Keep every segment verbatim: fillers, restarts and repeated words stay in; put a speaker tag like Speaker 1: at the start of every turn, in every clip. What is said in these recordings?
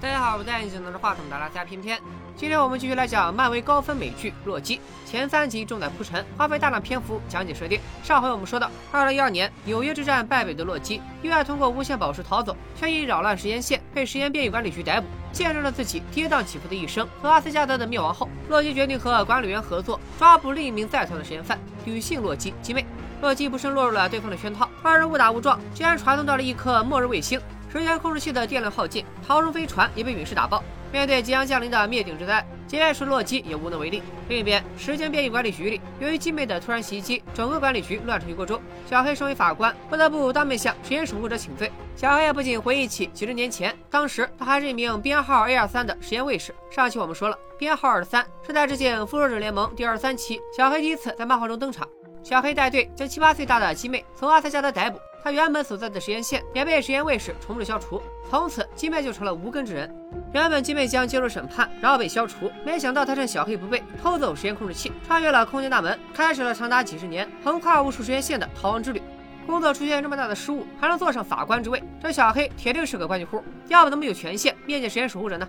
Speaker 1: 大家好，我戴眼镜拿着话筒的拉塞偏偏。今天我们继续来讲漫威高分美剧《洛基》，前三集重在铺陈，花费大量篇幅讲解设定。上回我们说到，二零一二年纽约之战败北的洛基，意外通过无限宝石逃走，却因扰乱时间线被时间变异管理局逮捕。见证了自己跌宕起伏的一生和阿斯加德的灭亡后，洛基决定和管理员合作，抓捕另一名在逃的实验犯女性洛基基妹。洛基不慎落入了对方的圈套，二人误打误撞，竟然传送到了一颗末日卫星。时间控制器的电量耗尽，逃生飞船也被陨石打爆。面对即将降临的灭顶之灾，即便是洛基也无能为力。另一边，时间变异管理局里，由于基妹的突然袭击，整个管理局乱成一锅粥。小黑身为法官，不得不当面向实验守护者请罪。小黑也不仅回忆起几十年前，当时他还是一名编号 A 二三 的实验卫士。上期我们说了，编号二十三是在致敬《复仇者联盟》第二十三期，小黑第一次在漫画中登场。小黑带队将七八岁大的基妹从阿斯加德逮捕，他原本所在的实验线也被实验卫士重置消除，从此基妹就成了无根之人。原本基妹将接受审判，然后被消除，没想到他趁小黑不备，偷走实验控制器，穿越了空间大门，开始了长达几十年、横跨无数实验线的逃亡之旅。工作出现这么大的失误，还能坐上法官之位，这小黑铁定是个关键户，要不怎么有权限面见实验守护者呢？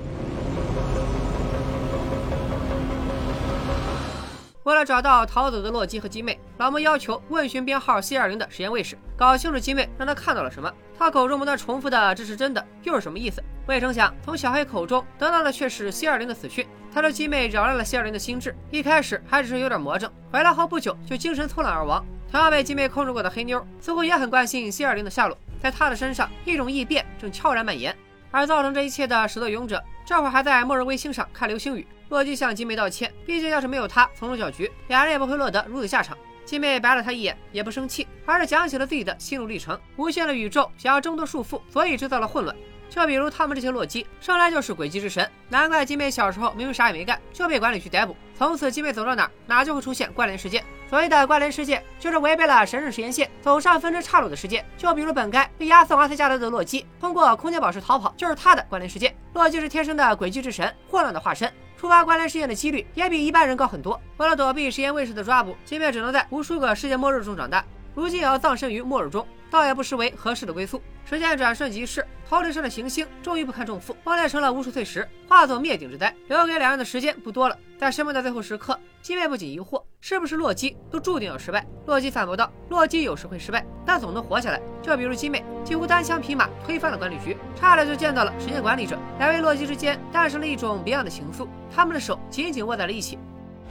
Speaker 1: 为了找到逃走的洛基和基妹，老莫要求问询编号 C 二十 的实验卫士，搞清楚基妹让他看到了什么。他口中不断重复的这是真的，又是什么意思？未成想，从小黑口中得到的却是 C 二十 的死讯。他说基妹扰乱了 C 二十 的心智，一开始还只是有点魔怔，回来后不久就精神错乱而亡。同样被基妹控制过的黑妞似乎也很关心 C 二十 的下落，在她的身上，一种异变正悄然蔓延。而造成这一切的始作俑者，这会儿还在末日卫星上看流星雨。洛基向基妹道歉，毕竟要是没有他从容搅局，俩人也不会落得如此下场。基妹白了他一眼，也不生气，而是讲起了自己的心路历程。无限的宇宙想要挣脱束缚，所以制造了混乱。就比如他们这些洛基，生来就是诡计之神，难怪基妹小时候明明啥也没干，就被管理局逮捕。从此基妹走到哪，哪就会出现关联世界。所谓的关联世界，就是违背了神圣实验线，走上分支岔路的世界。就比如本该被押送阿斯加德的洛基，通过空间宝石逃跑，就是他的关联世界。洛基是天生的诡计之神，混乱的化身。触发关联事件的几率也比一般人高很多。为了躲避实验卫士的抓捕，基妹只能在无数个世界末日中长大，如今也要葬身于末日中，倒也不失为合适的归宿。时间转瞬即逝，头顶上的行星终于不堪重负，崩裂成了无数碎石，化作灭顶之灾。留给两人的时间不多了，在生命的最后时刻，基妹不仅疑惑，是不是洛基都注定要失败？洛基反驳道：洛基有时会失败，但总能活下来。就比如基妹几乎单枪匹马推翻了管理局，差点就见到了时间管理者。两位洛基之间诞生了一种别样的情愫，他们的手紧紧握在了一起。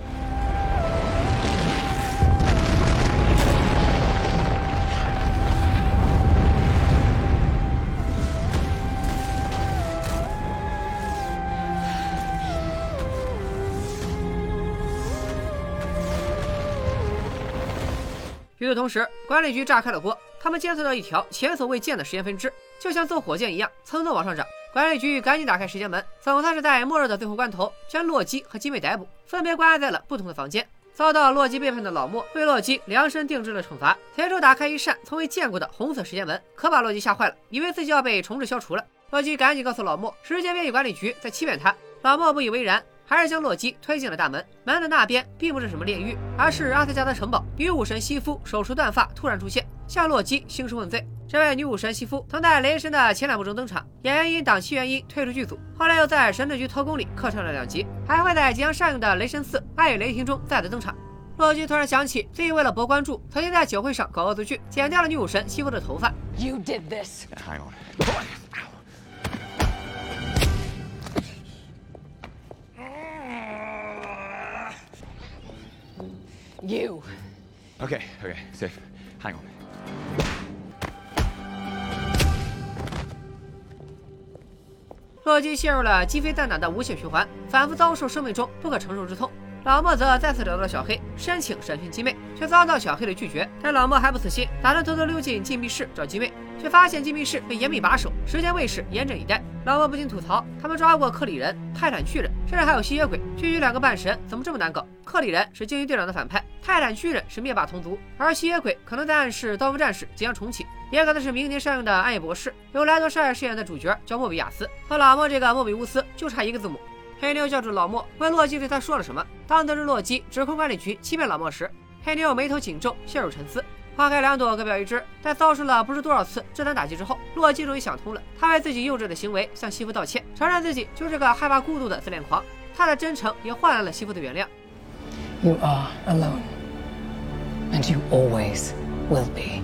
Speaker 1: 与此同时，管理局炸开了锅，他们监测到一条前所未见的实验分支，就像坐火箭一样蹭蹭往上涨。管理局赶紧打开时间门，总算是在末日的最后关头将洛基和基妹逮捕，分别关押在了不同的房间。遭到洛基背叛的老莫为洛基量身定制了惩罚，随手打开一扇从未见过的红色时间门，可把洛基吓坏了，以为自己要被重置消除了。洛基赶紧告诉老莫，时间变异管理局在欺骗他。老莫不以为然，还是将洛基推进了大门。门的那边并不是什么炼狱，而是阿斯加德城堡。女武神西夫手持断发突然出现，向洛基兴师问罪。这位女武神西夫曾在雷神的前两部中登场，演员因档期原因退出剧组，后来又在神盾局特工里客串了两集，还会在即将上映的雷神四爱与雷霆中再次登场。洛基突然想起自己为了博关注，曾经在酒会上搞恶作剧，剪掉了女武神西夫的头发。
Speaker 2: You did this.
Speaker 3: Hang on.
Speaker 2: You.
Speaker 3: Okay, okay, safe. Hang on.
Speaker 1: 洛基陷入了鸡飞蛋打的无限循环，反复遭受生命中不可承受之痛。老莫则再次找到了小黑，申请审讯基妹，却遭到小黑的拒绝。但老莫还不死心，打算偷偷溜进禁闭室找基妹，却发现禁闭室被严密把守，时间卫士严阵以待。老莫不禁吐槽，他们抓过克里人、泰坦巨人，甚至还有吸血鬼，区区两个半神怎么这么难搞？克里人是惊奇队长的反派，泰坦巨人是灭霸同族，而吸血鬼可能在暗示刀锋战士即将重启，也可能是明年上映的《暗夜博士》，由莱多沙尔饰演的主角叫莫比亚斯，和老莫这个莫比乌斯就差一个字母。黑妞叫住老莫，问洛基对他说了什么。当得知洛基指控管理局欺骗老莫时，黑妞眉头紧皱，陷入沉思。 花开两朵，各表一枝。在遭受了不知多少次致残打击之后，洛基终于想通了。他为自己幼稚的行为向西夫道歉，承认自己就是个害怕孤独的自恋狂。他的真诚也换来了西夫的原谅。
Speaker 2: You are alone, and you always will be.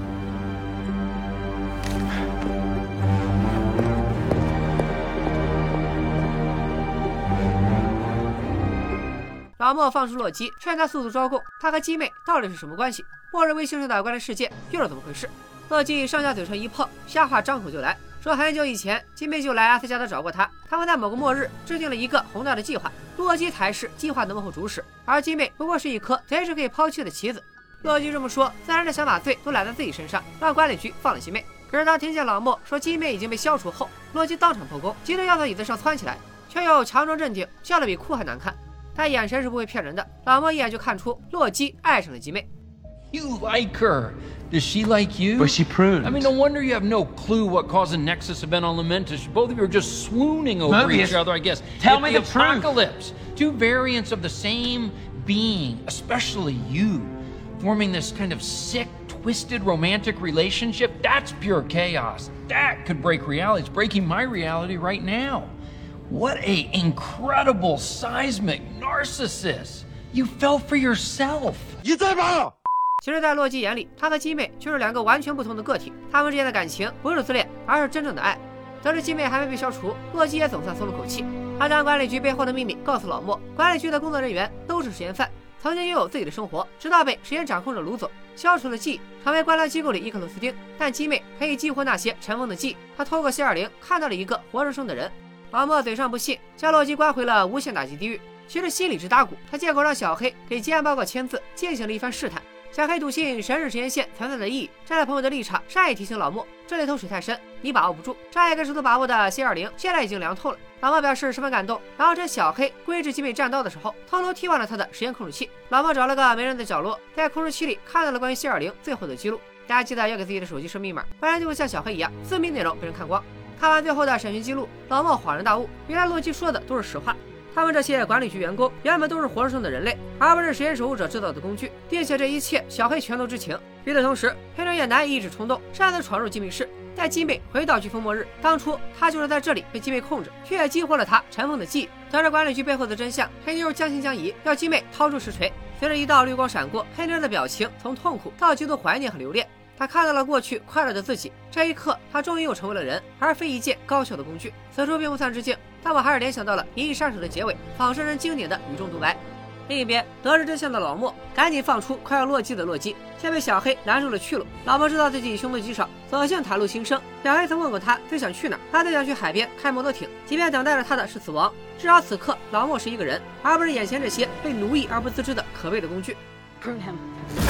Speaker 1: 老莫放出洛基，劝他速速招供，他和鸡妹到底是什么关系？末日卫星上的关联世界又是怎么回事？洛基上下嘴唇一碰，瞎话张口就来，说很久以前鸡妹就来阿斯加德找过他，他们在某个末日制定了一个宏大的计划，洛基才是计划的幕后主使，而鸡妹不过是一颗随时可以抛弃的棋子。洛基这么说，自然是想把罪都揽在自己身上，让管理局放了鸡妹。可是当听见老莫说鸡妹已经被消除后，洛基当场破功，急得要从椅子上窜起来，却又强装镇定，笑得比哭还难看。他眼神是不会骗人的，老莫一眼就看出洛基爱上了鸡妹。
Speaker 4: You like her. Does she like you?
Speaker 3: But she pruned.
Speaker 4: I mean, no wonder you have no clue what caused the Nexus event on Lamentus. Both of you are just swooning over
Speaker 3: Mobius,
Speaker 4: each other, I guess.
Speaker 3: tell
Speaker 4: It's
Speaker 3: me
Speaker 4: the,
Speaker 3: the truth.
Speaker 4: apocalypse. Two variants of the same being, especially you, forming this kind of sick, twisted romantic relationship. That's pure chaos. That could break reality. It's breaking my reality right now. What a incredible seismic narcissist. You fell for yourself.
Speaker 3: 你在吗？
Speaker 1: 其实，在洛基眼里，他和鸡妹就是两个完全不同的个体，他们之间的感情不是自恋，而是真正的爱。得知鸡妹还没被消除，洛基也总算松了口气。他将管理局背后的秘密告诉老莫，管理局的工作人员都是实验犯，曾经拥有自己的生活，直到被实验掌控者掳走，消除了记忆，成为官僚机构里一颗螺丝钉。但鸡妹可以激活那些尘封的记忆，他透过 C 二零看到了一个活生生的人。老莫嘴上不信，将洛基关回了无限打击地狱。其实心里直打鼓，他借口让小黑给结案报告签字，进行了一番试探。小黑笃信神日实验线存在的意义，站在朋友的立场，善意提醒老莫，这里头水太深，你把握不住。上一个试图把握的 C 二零现在已经凉透了。老莫表示十分感动，然后趁小黑规制鸡妹战刀的时候，偷偷替换了他的实验控制器。老莫找了个没人的角落，在控制器里看到了关于 C 二零最后的记录。大家记得要给自己的手机设密码，不然就会像小黑一样，私密内容被人看光。看完最后的审讯记录，老莫恍然大悟，原来洛基说的都是实话。他们这些管理局员工原本都是活生生的人类，而不是实验守护者制造的工具，并且这一切小黑全都知情。与此同时，黑人也难以抑制冲动，擅自闯入机密室，带鸡妹回到飓风末日。当初他就是在这里被鸡妹控制，却也激活了他尘封的记忆。得知管理局背后的真相，黑妞将信将疑，要鸡妹掏出实锤。随着一道绿光闪过，黑妞的表情从痛苦到极度怀念和留恋。他看到了过去快乐的自己，这一刻，他终于又成为了人，而非一件高效的工具。此处并不算致敬，但我还是联想到了《银翼杀手》的结尾，仿生人经典的语中独白。另一边，得知真相的老莫赶紧放出快要落机的洛基，却被小黑拦住了去路。老莫知道自己凶多吉少，索性袒露心声。小黑曾问过他最想去哪儿，他最想去海边开摩托艇，即便等待着他的是死亡，至少此刻老莫是一个人，而不是眼前这些被奴役而不自知的可悲的工具。
Speaker 2: Prune him.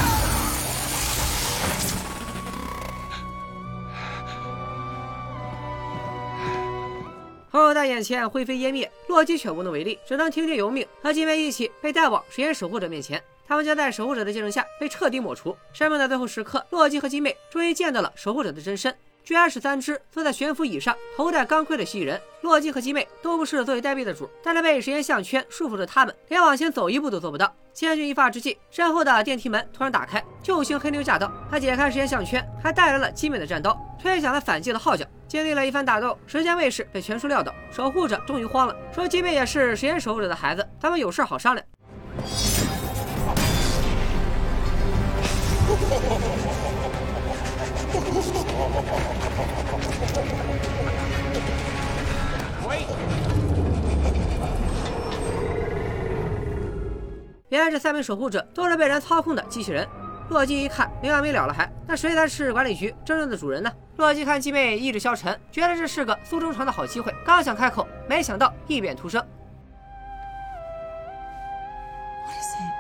Speaker 1: 朋友在眼前灰飞烟灭，洛基却无能为力，只能听天由命，和鸡妹一起被带往实验守护者面前。他们将在守护者的见证下被彻底抹除。生命的最后时刻，洛基和鸡妹终于见到了守护者的真身，居然是三只坐在悬浮椅上、头戴钢盔的蜥蜴人。洛基和鸡妹都不是坐以待毙的主，但是被实验项圈束缚着他们，连往前走一步都做不到。千钧一发之际，身后的电梯门突然打开，救星黑妞驾到。他解开实验项圈，还带来了鸡妹的战刀，吹响了反击的号角。经历了一番打斗，时间卫士被全数撂倒，守护者终于慌了，说鸡妹也是实验守护者的孩子，咱们有事好商量。原来这三名守护者都是被人操控的机器人。洛基一看没完没了了还，那谁才是管理局真正的主人呢？洛基看鸡妹意志消沉，觉得这是个苏中长的好机会，刚想开口，没想到异变突生。
Speaker 2: What is it?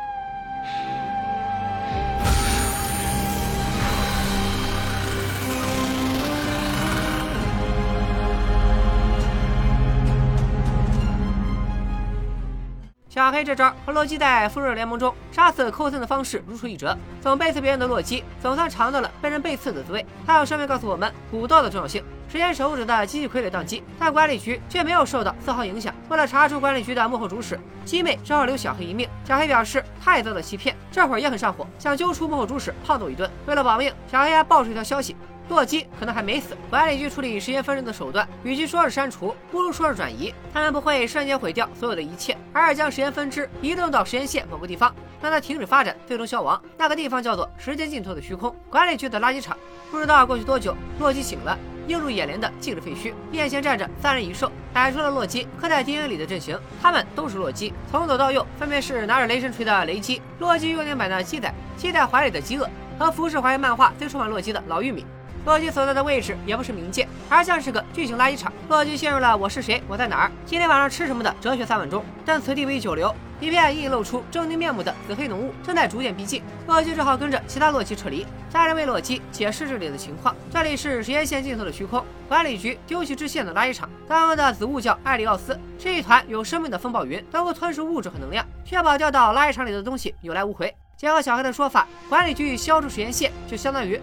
Speaker 1: 小黑这招和洛基在复仇者联盟中杀死寇森的方式如出一辙。总背刺别人的洛基总算尝到了被人背刺的滋味。他用生命告诉我们武道的重要性。 时间守护者的机器傀儡宕机，但管理局却没有受到丝毫影响。为了查出管理局的幕后主使，鸡妹只好留小黑一命。小黑表示他也遭到欺骗，这会儿也很上火，想揪出幕后主使胖揍一顿。为了保命，小黑还爆出一条消息。洛基可能还没死，管理局处理时间分身的手段，与其说是删除，不如说是转移。他们不会瞬间毁掉所有的一切，而是将时间分支移动到时间线某个地方，让它停止发展，最终消亡。那个地方叫做时间尽头的虚空，管理局的垃圾场。不知道过去多久，洛基醒了，映入眼帘的尽是废墟，面前站着三人一兽，摆出了洛基刻在 D N A 里的阵型。他们都是洛基，从左到右分别是拿着雷神锤的雷基、洛基幼年版的基仔、基在怀里的基鳄和浮世怀漫画最充满洛基的老玉米。洛基所在的位置也不是冥界，而像是个巨型垃圾场。洛基陷入了我是谁，我在哪儿，今天晚上吃什么的哲学三问中。但此地为久留，一片隐隐露出狰狞面目的紫黑浓雾正在逐渐逼近，洛基只好跟着其他洛基撤离。三人为洛基解释这里的情况：这里是时间线尽头的虚空，管理局丢弃支线的垃圾场。当中的子物叫艾利奥斯，是一团有生命的风暴云，能够吞噬物质和能量，确保掉到垃圾场里的东西有来无回。结合小黑的说法，管理局消除时间线就相当于。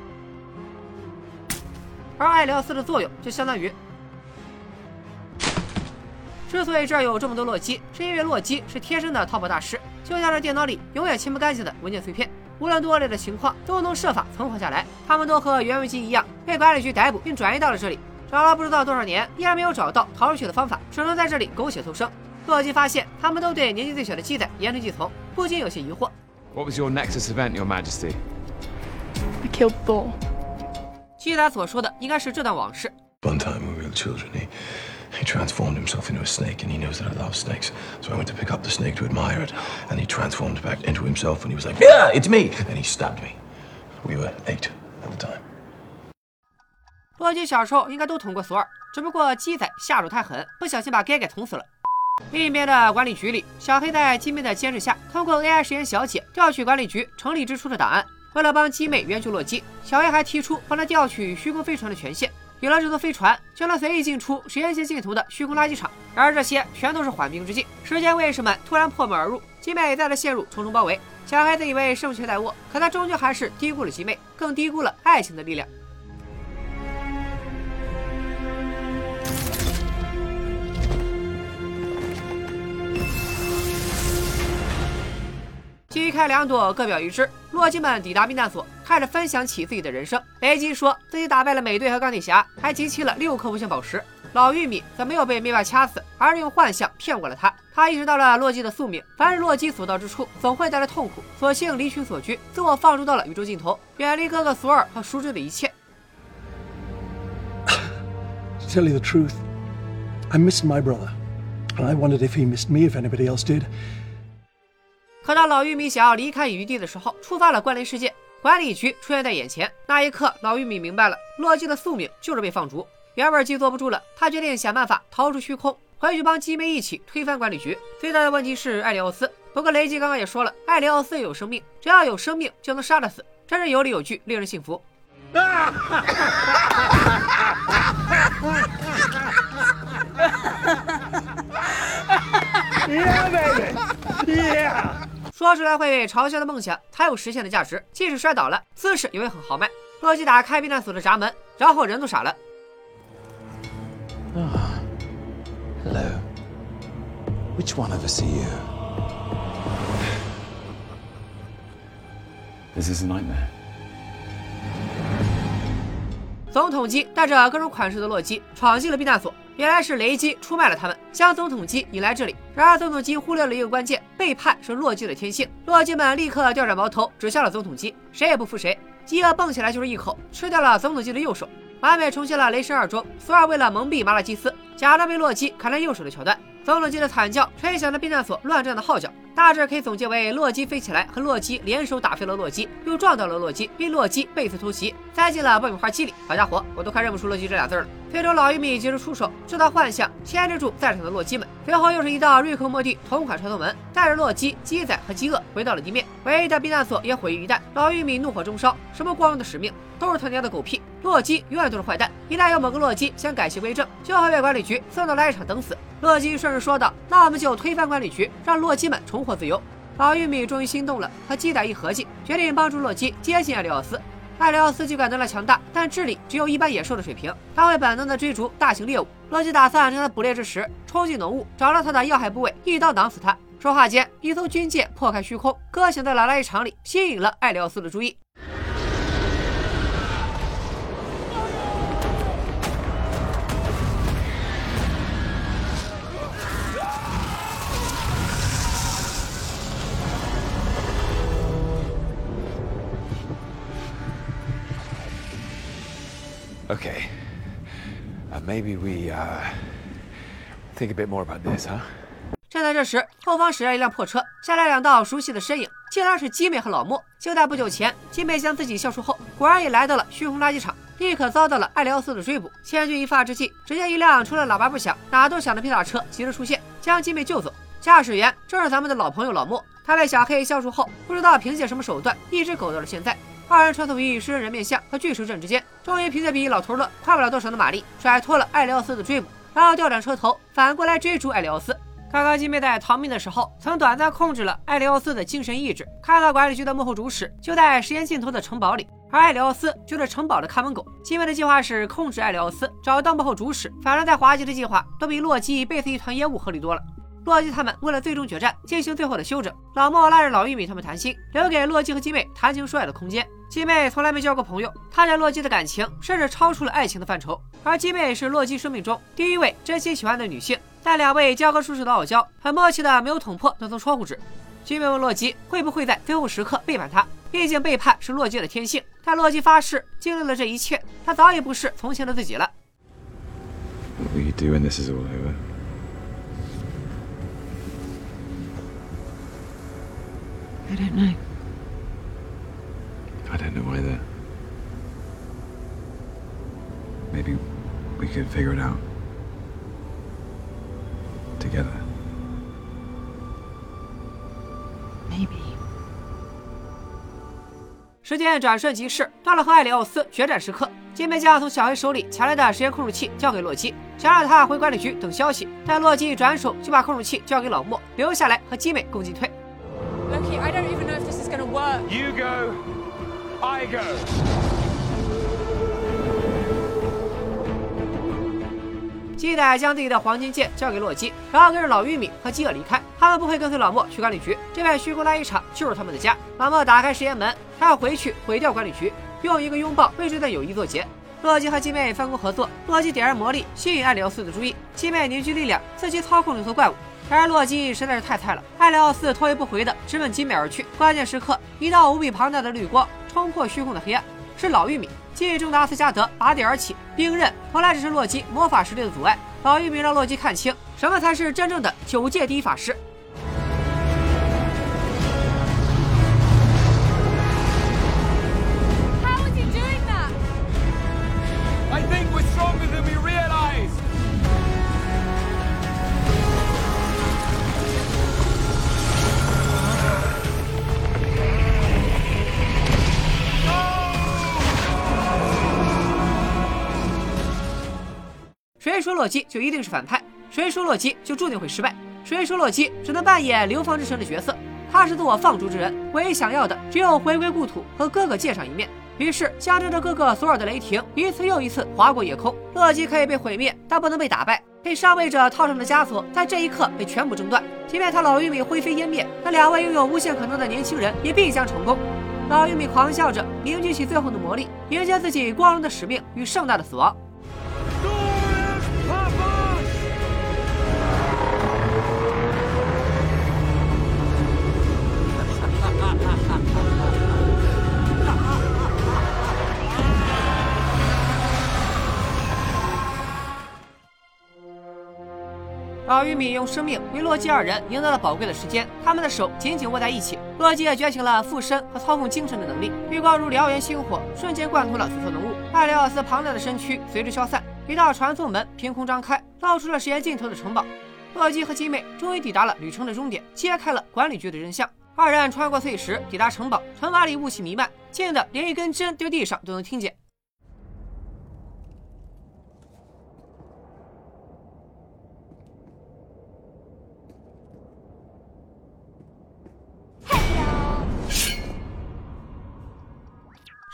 Speaker 1: 而艾利奥斯的作用就相当于，之所以这儿有这么多洛基，是因为洛基是天生的逃跑大师，就像是电脑里永远清不干净的文件碎片，无论多恶劣的情况都能设法存活下来。他们都和原文基一样，被管理局逮捕并转移到了这里，找了不知道多少年，依然没有找到逃出去的方法，只能在这里苟且偷生。洛基发现他们都对年纪最小的基仔言听计从，不禁有些疑惑。
Speaker 3: What was your Nexus event, Your Majesty?
Speaker 5: I killed Thor.
Speaker 1: 基仔所说的应该是这段往事。
Speaker 6: One time when we were children, he, he transformed himself into a snake, and he knows that I love snakes. So I went to pick up the snake to admire it, and he transformed back into himself, and he was like, "Yeah, it's me!" And he stabbed me. We were eight at the time.
Speaker 1: 洛基小时候应该都捅过索尔，只不过基仔下手太狠，不小心把该给捅死了。另一边的管理局里，小黑在鸡妹的监视下，通过 A I 实验小姐调取管理局成立之初的档案。为了帮鸡妹援救洛基，小黑还提出帮他调取虚空飞船的权限。有了这艘飞船，就能随意进出时间线尽头的虚空垃圾场。然而这些全都是缓兵之计。时间卫士们突然破门而入，鸡妹再次陷入重重包围。小黑自以为胜券在握，可他终究还是低估了鸡妹，更低估了爱情的力量。旗开两朵，各表一枝。洛基们抵达避难所，开始分享起自己的人生。雷基说自己打败了美队和钢铁侠，还集齐了六颗无限宝石。老玉米则没有被灭霸掐死，而是用幻象骗过了他。他意识到了洛基的宿命，凡是洛基所到之处，总会带来痛苦，索性离群索居，自我放逐到了宇宙尽头，远离哥哥索尔和熟知的一切。
Speaker 7: To tell you the truth, I missed my brother, and I wondered if he missed me, if anybody else did.
Speaker 1: 可当老玉米想要离开雨地的时候，触发了关联事件，管理局出现在眼前。那一刻，老玉米明白了，洛基的宿命就是被放逐。原本基坐不住了，他决定想办法逃出虚空，回去帮鸡妹一起推翻管理局。最大的问题是艾利奥斯，不过雷基刚刚也说了，艾利奥斯有生命，只要有生命就能杀得死，真是有理有据，令人信服。
Speaker 7: Yeah, baby. Yeah.
Speaker 1: 说出来会被嘲笑的梦想才有实现的价值，即使摔倒了，姿势也会很豪迈。洛基打开避难所的闸门，然后人都傻了。
Speaker 8: Oh, hello. Which one of us are you?
Speaker 3: This is a nightmare.
Speaker 1: 总统机带着各种款式的洛基闯进了避难所，原来是雷基出卖了他们，将总统机引来这里。然而总统机忽略了一个关键，背叛是洛基的天性。洛基们立刻调转矛头指向了总统机，谁也不服谁。饥饿蹦起来就是一口，吃掉了总统机的右手，完美重现了雷神二中索尔为了蒙蔽麻辣基斯，假装被洛基砍了右手的桥段。总统机的惨叫吹响了避难所乱战的号角，大致可以总结为洛基飞起来和洛基联手打飞了洛基，又撞到了洛基，并洛基背刺突袭，塞进了爆米花机里。好家伙，我都快认不出洛基这俩字了。最终老玉米及时出手，制造幻象牵制住在场的洛基们。随后又是一道瑞克莫蒂同款传送门，带着洛基、鸡仔和饥饿回到了地面。唯一的避难所也毁于一旦。老玉米怒火中烧，什么光荣的使命，都是他娘的狗屁！洛基永远都是坏蛋，一旦有某个洛基想改邪归正，就会被管理局送到垃圾场等死。洛基顺势说道：“那我们就推翻管理局，让洛基们重获自由。”老玉米终于心动了，和鸡仔一合计，决定帮助洛基接近艾利奥斯。 艾利奥斯尽管能力强大，但智力只有一般野兽的水平，他会本能的追逐大型猎物。洛基打算趁他捕猎之时冲进浓雾，找到他的要害部位，一刀挡死他。说话间，一艘军舰破开虚空，搁浅在了垃圾场里，吸引了艾利奥斯的注意。
Speaker 3: Okay. Uh, maybe we, uh, think a bit more about this, huh?
Speaker 1: 正在这时，后方驶来一辆破车，下来两道熟悉的身影，竟然是基美和老莫。就在不久前，基美将自己消除后，果然也来到了虚空垃圾场，立刻遭到了艾利奥斯的追捕。千钧一发之际，只见一辆除了喇叭不响，哪都响的皮卡车急着出现，将基美救走。驾驶员正是咱们的老朋友老莫，他被小黑消除后，不知道凭借什么手段，一直苟到了现在。二人穿梭于狮身人面像和巨石阵之间，终于凭借比老头乐快不了多少的马力，甩脱了艾利奥斯的追捕，然后调转车头，反过来追逐艾利奥斯。刚刚基美在逃命的时候，曾短暂控制了艾利奥斯的精神意志，看到管理局的幕后主使就在实验尽头的城堡里，而艾利奥斯就是城堡的看门狗。基美的计划是控制艾利奥斯，找到幕后主使，反正在滑稽的计划都比洛基背死一团烟雾合理多了。洛基他们为了最终决战进行最后的休整，老莫拉着老玉米他们谈心，留给洛基和基妹谈情说爱的空间。基妹从来没交过朋友，她对洛基的感情甚至超出了爱情的范畴，而基妹是洛基生命中第一位真心喜欢的女性。但两位教科书式的傲娇，很默契的没有捅破那层窗户纸。基妹问洛基会不会在最后时刻背叛他，毕竟背叛是洛基的天性。但洛基发誓，经历了这一切，他早已不是从前的自己了。
Speaker 3: What will you do when this is all over?
Speaker 2: I don't know.
Speaker 3: I don't know either. Maybe we could figure it out together.
Speaker 2: Maybe.
Speaker 1: 时间转瞬即逝，到了和艾利奥斯决战时刻，基美将从小黑手里抢来的实验控制器交给洛基，想让他回管理局等消息，但洛基一转手就把控制器交给老莫，留下来和基美共进退。
Speaker 5: Loki, I don't even know if this is gonna work.
Speaker 3: You go, I go.
Speaker 1: 基仔将自己的黄金剑交给洛基，然后跟着老玉米和基尔离开。他们不会跟随老莫去管理局，这片虚空垃圾场就是他们的家。老莫打开实验门，他要回去毁掉管理局，用一个拥抱为这段友谊作结。洛基和基妹分工合作，洛基点燃魔力吸引艾利奥斯的注意，基妹凝聚力量自己操控那头怪物。然而洛基实在是太菜了，艾利奥斯头也不回的直奔基美而去。关键时刻，一道无比庞大的绿光冲破虚空的黑暗，是老玉米。记忆中的阿斯加德拔地而起，兵刃从来只是洛基魔法实力的阻碍。老玉米让洛基看清什么才是真正的九界第一法师。
Speaker 5: How is he doing that?
Speaker 3: I think we're stronger than we realize.
Speaker 1: 谁说洛基就一定是反派？谁说洛基就注定会失败？谁说洛基只能扮演流放之神的角色？他是自我放逐之人，唯一想要的只有回归故土和哥哥见上一面。于是，象征着哥哥所有的雷霆一次又一次划过夜空。洛基可以被毁灭，但不能被打败。被上位者套上的枷锁，在这一刻被全部挣断。即便他老玉米灰飞烟灭，那两位拥有无限可能的年轻人也必将成功。老玉米狂笑着，凝聚起最后的魔力，迎接自己光荣的使命与盛大的死亡。老玉米用生命为洛基二人赢得了宝贵的时间，他们的手紧紧握在一起。洛基也觉醒了附身和操控精神的能力，绿光如燎原星火，瞬间灌脱了紫色浓雾。艾利奥斯庞大的身躯随之消散，一道传送门凭空张开，露出了实验尽头的城堡。洛基和基妹终于抵达了旅程的终点，揭开了管理局的真相。二人穿过碎石，抵达城堡，城堡里雾气弥漫，近的连一根针丢地上都能听见。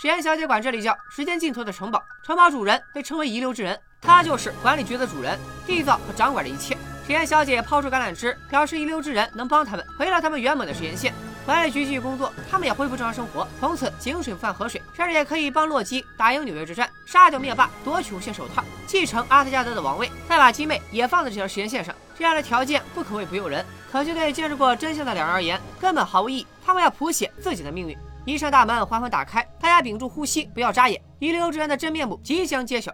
Speaker 1: 实验小姐管这里叫时间尽头的城堡，城堡主人被称为遗留之人，他就是管理局的主人，缔造和掌管着一切。实验小姐抛出橄榄枝，表示遗留之人能帮他们回到他们原本的实验线。管理局继续工作，他们也恢复正常生活，从此井水不犯河水，甚至也可以帮洛基打赢纽约之战，杀掉灭霸，夺取无限手套，继承阿特加德的王位，再把鸡妹也放在这条实验线上。这样的条件不可谓不诱人，可却对见识过真相的两人而言根本毫无意义。他们要谱写自己的命运。一扇大门缓缓打开，大家屏住呼吸，不要眨眼，遗留之人的真面目即将揭晓。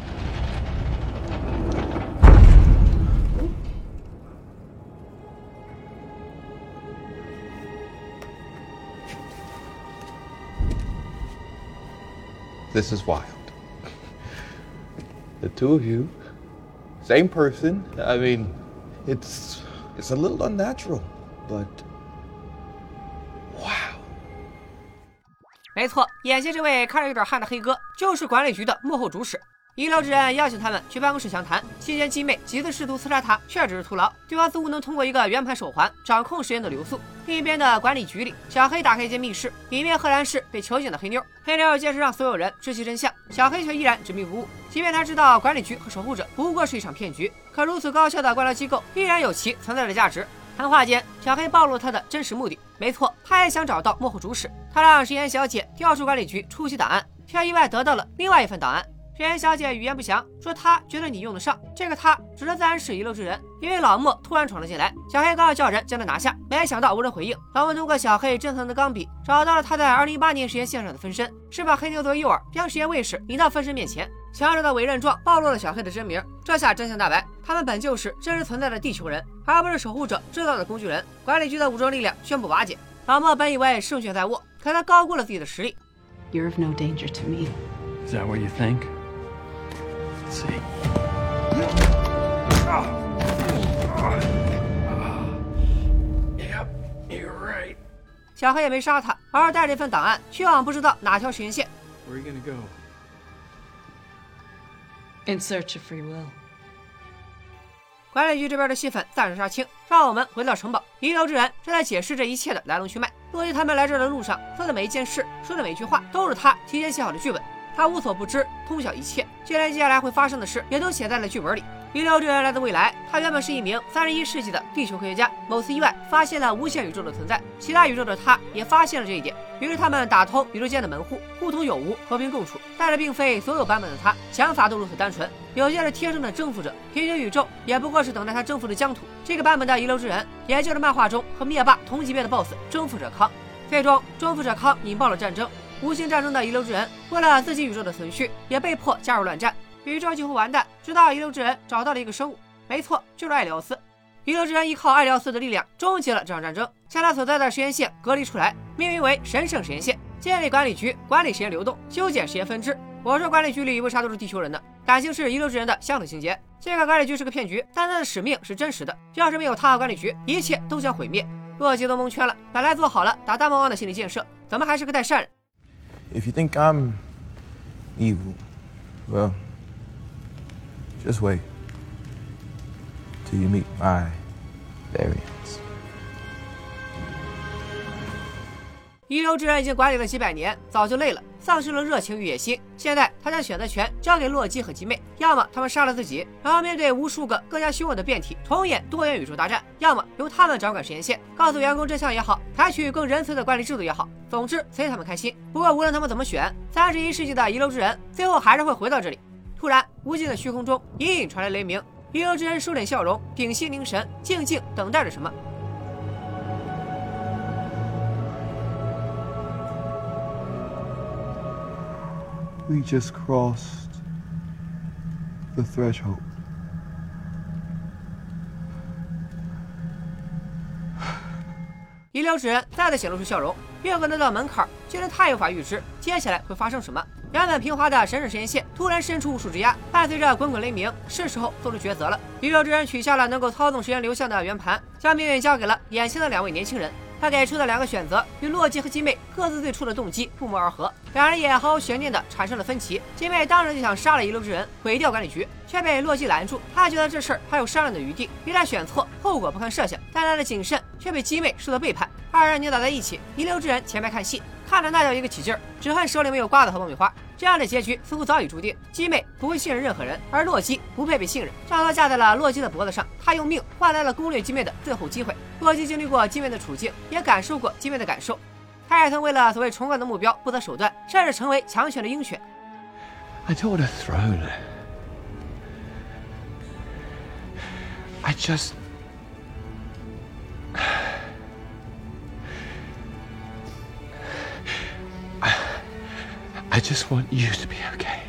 Speaker 3: This is wild. The two of you, same person. I mean, it's it's a little unnatural, but wow.
Speaker 1: 没错，眼前这位看着有点汗的黑哥，就是管理局的幕后主使。遗留之人邀请他们去办公室详谈，期间鸡妹几次试图刺杀他，却只是徒劳。对方似乎能通过一个圆盘手环掌控实验的流速。另一边的管理局里，小黑打开一间密室，里面赫然是被囚禁的黑妞。黑妞揭示让所有人知其真相，小黑却依然执迷不悟。即便他知道管理局和守护者不过是一场骗局，可如此高效的官僚机构依然有其存在的价值。谈话间，小黑暴露了他的真实目的。没错，他也想找到幕后主使。他让实验小姐调出管理局初期档案，却意外得到了另外一份档案。实验小姐语言不详，说她觉得你用得上。这个她指的自然是遗留之人，因为老莫突然闯了进来，小黑刚要叫人将他拿下，没想到无人回应。老莫通过小黑珍藏的钢笔找到了他在二零一八年实验线上的分身，是把黑妞作为诱饵，将实验卫士引到分身面前。强者的委任状暴露了小黑的真名，这下真相大白，他们本就是真实存在的地球人，而不是守护者制造的工具人。管理局的武装力量宣布瓦解。老莫本以为胜券在握，可他高估了自己的实力。
Speaker 2: You're of no danger to me.
Speaker 6: Is that what you think? Let's see.
Speaker 3: Yep, you're right.
Speaker 1: 小黑也没杀他，而是带着一份档案去往不知道哪条实验线。
Speaker 3: Where are you gonna go?
Speaker 2: In search of free will.
Speaker 1: 管理局这边的戏份暂时杀青，让我们回到城堡。遗留之人正在解释这一切的来龙去脉。洛基他们来这儿的路上做的每一件事，说的每一句话，都是他提前写好的剧本。他无所不知，通晓一切，就连接下来会发生的事也都写在了剧本里。遗留之人来自未来，他原本是一名三十一世纪的地球科学家，某次意外发现了无限宇宙的存在，其他宇宙的他也发现了这一点，于是他们打通宇宙间的门户，互通有无，和平共处。但是并非所有版本的他想法都如此单纯，有些是天生的征服者，平行宇宙也不过是等待他征服的疆土。这个版本的遗留之人，也就是漫画中和灭霸同级别的 B O S S 征服者康。最终，征服者康引爆了战争，无心战争的遗留之人为了自己宇宙的存续，也被迫加入乱战。宇宙几乎完蛋，直到遗留之人找到了一个生物，没错，就是艾利奥斯。遗留之人依靠艾利奥斯的力量终结了这场战争，将他所在的实验线隔离出来，命名为神圣实验线，建立管理局，管理实验流动，修剪实验分支。我说管理局里为啥都是地球人呢？感情是遗留之人的相同情节。这个管理局是个骗局，但他的使命是真实的，要是没有他和管理局，一切都将毁灭。洛基都蒙圈了，本来做好了打大魔王的心理建设，怎么还是个带善人？
Speaker 6: If you think I'm evil, well, just wait till you meet my variants.
Speaker 1: 遗留之人已经管理了几百年，早就累了，丧失了热情与野心。现在他将选择权交给洛基和吉妹，要么他们杀了自己，然后面对无数个更加凶恶的变体，重演多元宇宙大战；要么由他们掌管实验线，告诉员工真相也好，采取更仁慈的管理制度也好，总之随他们开心。不过无论他们怎么选，三十一世纪的遗留之人最后还是会回到这里。突然，无尽的虚空中隐隐传来雷鸣，遗留之人收敛笑容，屏息凝神，静静等待着什么。
Speaker 6: We just crossed the threshold.
Speaker 1: 遗留之人再次显露出笑容，越过那道门槛，就连他也无法预知接下来会发生什么。原本平滑的神圣实验线突然伸出无数枝桠，伴随着滚滚雷鸣，是时候做出抉择了。遗留之人取下了能够操纵实验流向的圆盘，将命运交给了眼前的两位年轻人。 他给出的两个选择与洛基和金妹各自最初的动机不谋而合，两人也毫无悬念的产生了分歧。金妹当然就想杀了遗留之人，毁掉管理局，却被洛基拦住。他觉得这事儿还有商量的余地，一旦选错，后果不堪设想。但他的谨慎却被金妹视作背叛，二人扭打在一起。遗留之人前排看戏， 看着那叫一个起劲儿，只恨手里没有瓜子和爆米花。这样的结局似乎早已注定，鸡妹不会信任任何人，而洛基不配被信任。这刀架在了洛基的脖子上，他用命换来了攻略鸡妹的最后机会。洛基经历过鸡妹的处境，也感受过鸡妹的感受，他也曾为了所谓崇高的目标不择手段，甚至成为强权的鹰犬。
Speaker 6: I don't want a throne. I just... I just want you to be okay.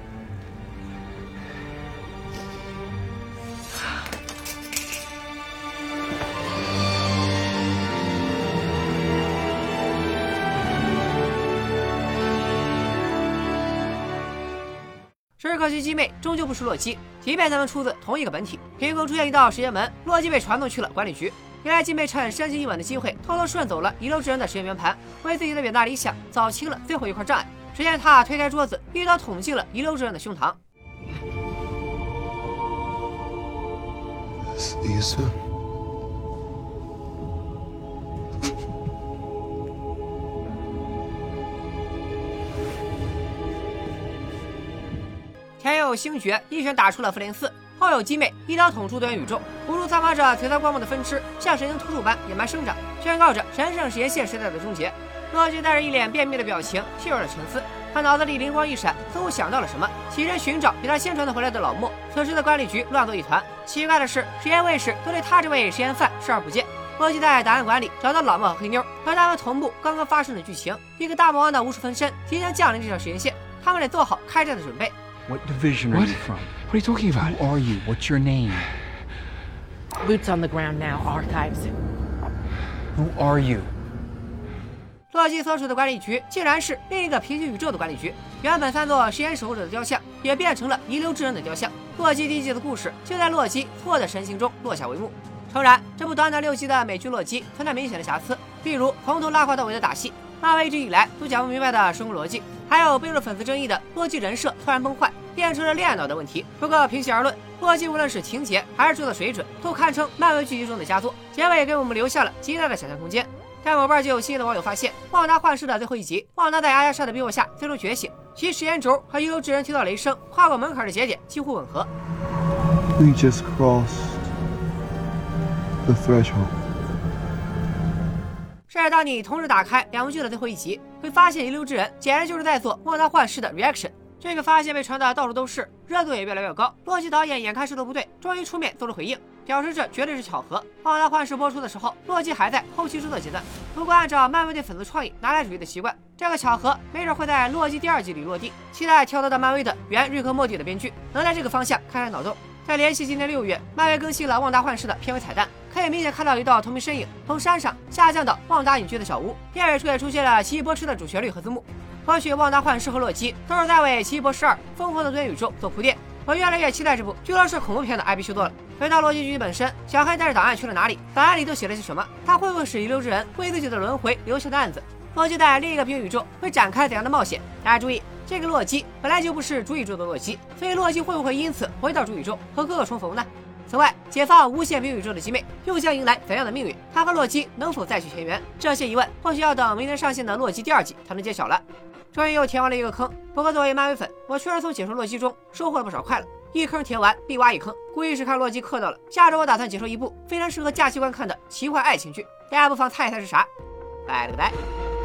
Speaker 1: 只可惜鸡妹终究不是洛基，即便他们出自同一个本体。凭空出现一道实验门，洛基被传送去了管理局。原来鸡妹趁深情一吻的机会，偷偷顺走了遗留之人的实验圆盘，为自己的远大理想扫清了最后一块障碍。实验塔推开桌子，一刀捅进了遗留之人的胸膛。
Speaker 6: See you soon.
Speaker 1: 前有星爵一拳打出了复联四，后有鸡妹一刀捅出多元宇宙，无数散发着璀璨光芒的分支像神经突触般野蛮生长，宣告着神圣实验线时代的终结。洛基带着一脸便秘的表情陷入了沉思，他脑子里灵光一闪，似乎想到了什么，起身寻找比他先传的回来的老莫。此时的管理局乱作一团，奇怪的是，实验卫士都对他这位实验犯视而不见。洛基在档案馆里找到老莫和黑妞，和他们同步刚刚发生的剧情。一个大魔王的无数分身即将降临这条实验线，他们得做好开战的准备。
Speaker 4: What division are
Speaker 6: What?
Speaker 4: you from?
Speaker 6: What are you talking about?
Speaker 4: Who are you? What's your name?
Speaker 9: Boots on the ground now, archives.
Speaker 4: Who are you?
Speaker 1: 洛基所属的管理局竟然是另一个平行宇宙的管理局。原本三座实验守护者的雕像，也变成了遗留之人的雕像。洛基第一季的故事就在洛基错的神行中落下帷幕。诚然，这部短短六集的美剧《洛基》存在明显的瑕疵，例如从头拉胯到尾的打戏，漫威一直以来都讲不明白的时空逻辑，还有备受粉丝争议的洛基人设突然崩坏，变成了恋爱脑的问题。不过平心而论，洛基无论是情节还是制作水准，都堪称漫威剧集中的佳作，结尾给我们留下了极大的想象空间。 但某半就有新的网友发现，旺达幻视的最后一集，旺达在阿加莎的逼迫下最终觉醒，其实验轴和遗留之人听到雷声跨过门槛的节点几乎吻合。
Speaker 6: We just crossed the threshold.
Speaker 1: 甚至当你同时打开两部剧的最后一集，会发现遗留之人简直就是在做旺达幻视的 reaction。这个发现被传得到处都是，热度也越来越高。洛基导演眼看势头不对，终于出面做出回应。 表示这绝对是巧合。《旺达幻视》播出的时候，洛基还在后期制作阶段。不过，按照漫威对粉丝创意拿来主义的习惯，这个巧合没准会在洛基第二季里落地。期待跳脱到漫威的原瑞克莫蒂的编剧能在这个方向开开脑洞。再联系今年六月，漫威更新了《旺达幻视》的片尾彩蛋，可以明显看到一道透明身影从山上下降到旺达隐居的小屋。片尾处也出现了奇异博士的主旋律和字幕。或许《旺达幻视》和洛基都是在为《奇异博士二：疯狂的多元宇宙》做铺垫。 我越来越期待这部据说是恐怖片的 I P 修多了。回到洛基剧本身，小黑带着档案去了哪里？档案里都写了些什么？他会不会是遗留之人为自己的轮回留下的案子？洛基在另一个平行宇宙会展开怎样的冒险？大家注意，这个洛基本来就不是主宇宙的洛基，所以洛基会不会因此回到主宇宙和哥哥重逢呢？此外，解放无限平行宇宙的鸡妹又将迎来怎样的命运？他和洛基能否再续前缘？这些疑问或许要等明年上线的洛基第二季才能揭晓了。终于又填完了一个坑，不过作为漫威粉，我确实从解说洛基中收获了不少快乐。 一坑填完必挖一坑，估计是看洛基磕到了。下周我打算解说一部非常适合假期观看的奇幻爱情剧，大家不妨猜一猜是啥？拜了个拜。